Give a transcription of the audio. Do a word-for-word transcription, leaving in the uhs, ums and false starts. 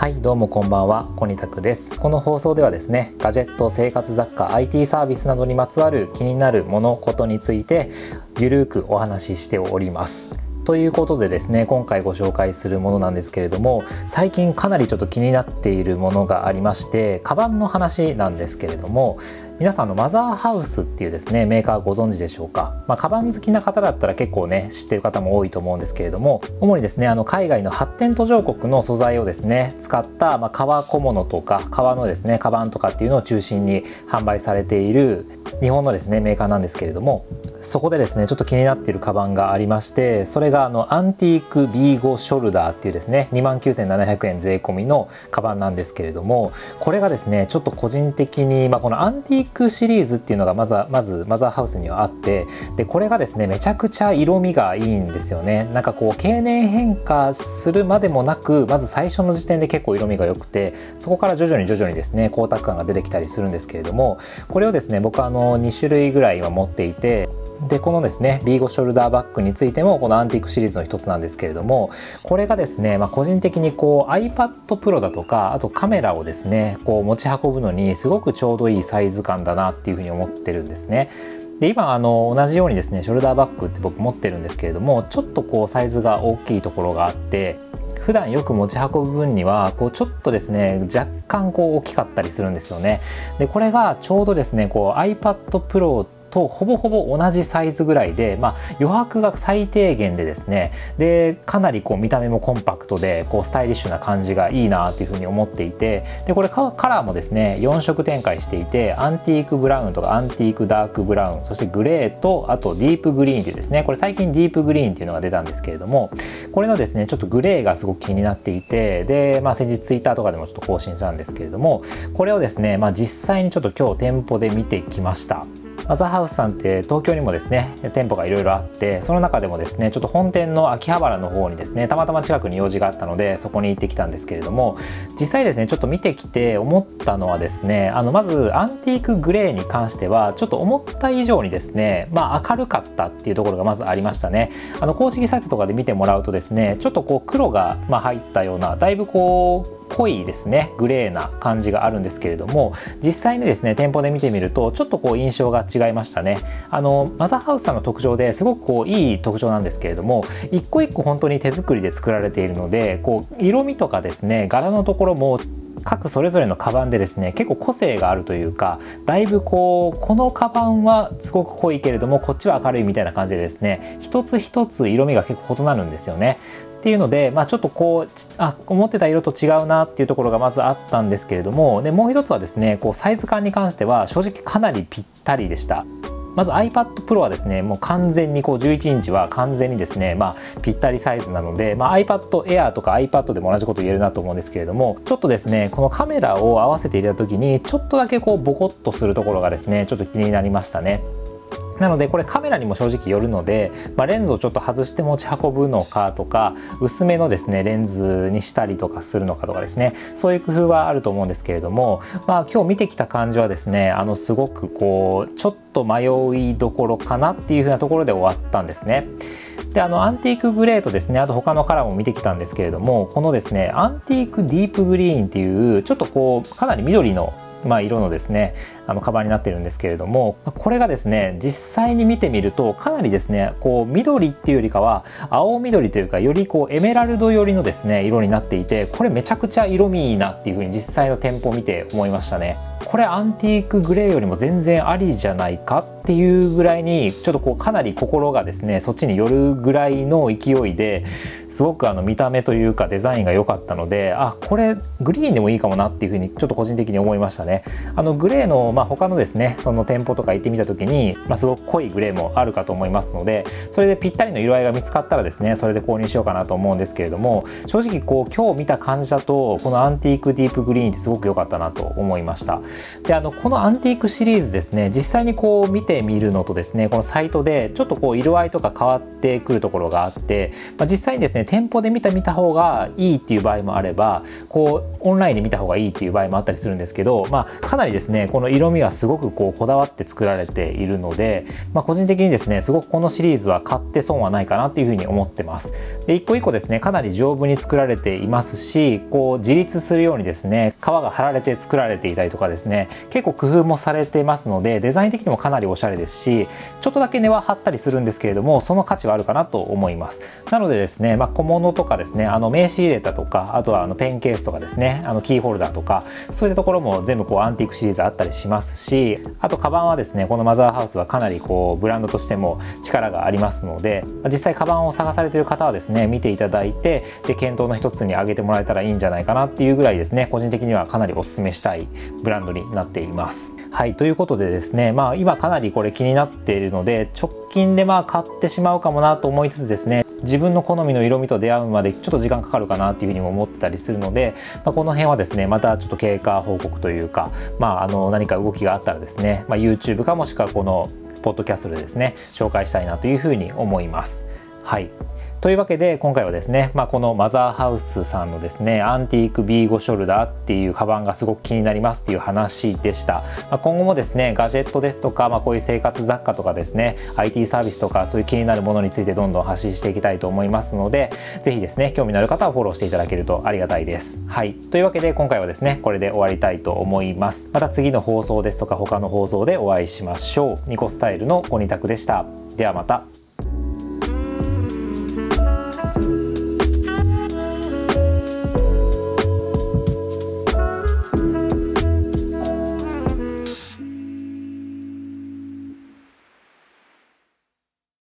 はい、どうもこんばんは、コニタクです。この放送ではですね、ガジェット、生活雑貨、アイティー サービスなどにまつわる気になるもの、ことについてゆるくお話ししております。ということでですね、今回ご紹介するものなんですけれども、最近かなりちょっと気になっているものがありまして、カバンの話なんですけれども、皆さんのマザーハウスっていうですねメーカーご存知でしょうか。まあ、カバン好きな方だったら結構ね知ってる方も多いと思うんですけれども、主にですねあの海外の発展途上国の素材をですね使った、まあ、革小物とか革のですねカバンとかっていうのを中心に販売されている日本のですねメーカーなんですけれども、そこでですねちょっと気になっているカバンがありまして、それがあのアンティーク ビーファイブ ショルダーっていうですね にまんきゅうせんななひゃくえん税込みのカバンなんですけれども、これがですねちょっと個人的に、まあ、このアンティークシリーズっていうのがまずまずマザーハウスにはあって、でこれがですねめちゃくちゃ色味がいいんですよね。なんかこう経年変化するまでもなく、まず最初の時点で結構色味が良くて、そこから徐々に徐々にですね光沢感が出てきたりするんですけれども、これをですね僕はあのにしゅるいぐらいは持っていて、でこのですね ビーファイブ ショルダーバッグについてもこのアンティークシリーズの一つなんですけれども、これがですね、まあ、個人的にこう iPad Pro だとか、あとカメラをですねこう持ち運ぶのにすごくちょうどいいサイズ感だなっていうふうに思ってるんですね。で今あの同じようにですねショルダーバッグって僕持ってるんですけれども、ちょっとこうサイズが大きいところがあって、普段よく持ち運ぶ分にはこうちょっとですね若干こう大きかったりするんですよね。でこれがちょうどですねこう iPad Proとほぼほぼ同じサイズぐらいで、まあ、余白が最低限でですね、でかなりこう見た目もコンパクトでこうスタイリッシュな感じがいいなというふうに思っていて、でこれカラーもですねよんしょく展開していて、アンティークブラウンとかアンティークダークブラウン、そしてグレーとあとディープグリーンというですね、これ最近ディープグリーンっていうのが出たんですけれども、これのですねちょっとグレーがすごく気になっていて、で、まあ、先日ツイッターとかでもちょっと更新したんですけれども、これをですね、まあ、実際にちょっと今日店舗で見てきました。マザーハウスさんって東京にもですね店舗がいろいろあって、その中でもですねちょっと本店の秋葉原の方にですねたまたま近くに用事があったのでそこに行ってきたんですけれども、実際ですねちょっと見てきて思ったのはですね、あのまずアンティークグレーに関してはちょっと思った以上にですね、まあ、明るかったっていうところがまずありましたね。あの公式サイトとかで見てもらうとですねちょっとこう黒がまあ入ったような、だいぶこう濃いですねグレーな感じがあるんですけれども、実際にですね店舗で見てみるとちょっとこう印象が違いましたね。あのマザーハウスさんの特徴ですごくこういい特徴なんですけれども、一個一個本当に手作りで作られているので、こう色味とかですね柄のところも各それぞれのカバンでですね結構個性があるというか、だいぶこうこのカバンはすごく濃いけれどもこっちは明るいみたいな感じでですね、一つ一つ色味が結構異なるんですよね。っていうので、まあ、ちょっとこうあ思ってた色と違うなっていうところがまずあったんですけれども、でもう一つはですねこうサイズ感に関しては正直かなりぴったりでした。まず iPad Pro はですねもう完全にこうじゅういちインチは完全にですね、まあ、ぴったりサイズなので、まあ、iPad Air とか iPad でも同じこと言えるなと思うんですけれども、ちょっとですねこのカメラを合わせて入れた時にちょっとだけこうボコッとするところがですねちょっと気になりましたね。なのでこれカメラにも正直よるので、まあ、レンズをちょっと外して持ち運ぶのかとか、薄めのですねレンズにしたりとかするのかとかですね、そういう工夫はあると思うんですけれども、まあ今日見てきた感じはですねあのすごくこうちょっと迷いどころかなっていう風なところで終わったんですね。であのアンティークグレーとですね、あと他のカラーも見てきたんですけれども、このですねアンティークディープグリーンっていうちょっとこうかなり緑のまあ、色のですねあのカバンになってるんですけれども、これがですね実際に見てみるとかなりですねこう緑っていうよりかは青緑というか、よりこうエメラルド寄りのですね色になっていて、これめちゃくちゃ色味いいなっていう風に実際の店舗を見て思いましたね。これアンティークグレーよりも全然ありじゃないかっていうぐらいにちょっとこうかなり心がですねそっちに寄るぐらいの勢いで、すごくあの見た目というかデザインが良かったので、あこれグリーンでもいいかもなっていうふうにちょっと個人的に思いましたね。あのグレーの、まあ、他のですねその店舗とか行ってみた時に、まあ、すごく濃いグレーもあるかと思いますので、それでぴったりの色合いが見つかったらですねそれで購入しようかなと思うんですけれども、正直こう今日見た感じだとこのアンティークディープグリーンってすごく良かったなと思いました。 であのこのアンティークシリーズですね、実際にこう見てみるのとですね、このサイトでちょっとこう色合いとか変わってくるところがあって、まあ、実際にですね店舗で見た見た方がいいっていう場合もあれば、こうオンラインで見た方がいいっていう場合もあったりするんですけど、まあ、かなりですねこの色味はすごくこうこだわって作られているので、まあ、個人的にですねすごくこのシリーズは買って損はないかなっていうふうに思ってます。で一個一個ですねかなり丈夫に作られていますし、こう自立するようにですね皮が貼られて作られていたりとかですね、結構工夫もされてますのでデザイン的にもかなりおしゃれですし、ちょっとだけ値は張ったりするんですけれどもその価値はあるかなと思います。なのでですね、まあ、小物とかですね、あの名刺入れたとか、あとはあのペンケースとかですね、あのキーホルダーとかそういったところも全部こうアンティークシリーズあったりしますし、あとカバンはですねこのマザーハウスはかなりこうブランドとしても力がありますので、実際カバンを探されている方はですね見ていただいて、で検討の一つに挙げてもらえたらいいんじゃないかなっていうぐらいですね、個人的にはかなりお勧めしたいブランドになっています。はい、ということでですね、まあ今かなりこれ気になっているので直近でまあ買ってしまうかもなと思いつつですね、自分の好みの色味と出会うまでちょっと時間かかるかなっていうふうにも思ってたりするので、まあ、この辺はですねまたちょっと経過報告というか、まあ、あの何か動きがあったらですね、まあ、YouTube かもしくはこのポッドキャストでですね紹介したいなというふうに思います。はい、というわけで今回はですね、まあ、このマザーハウスさんのですねアンティーク ビーご ショルダーっていうカバンがすごく気になりますっていう話でした。まあ、今後もですねガジェットですとか、まあ、こういう生活雑貨とかですね アイティー サービスとかそういう気になるものについてどんどん発信していきたいと思いますので、ぜひですね興味のある方はフォローしていただけるとありがたいです。はい、というわけで今回はですねこれで終わりたいと思います。また次の放送ですとか他の放送でお会いしましょう。ニコスタイルのコニタクでした。ではまた。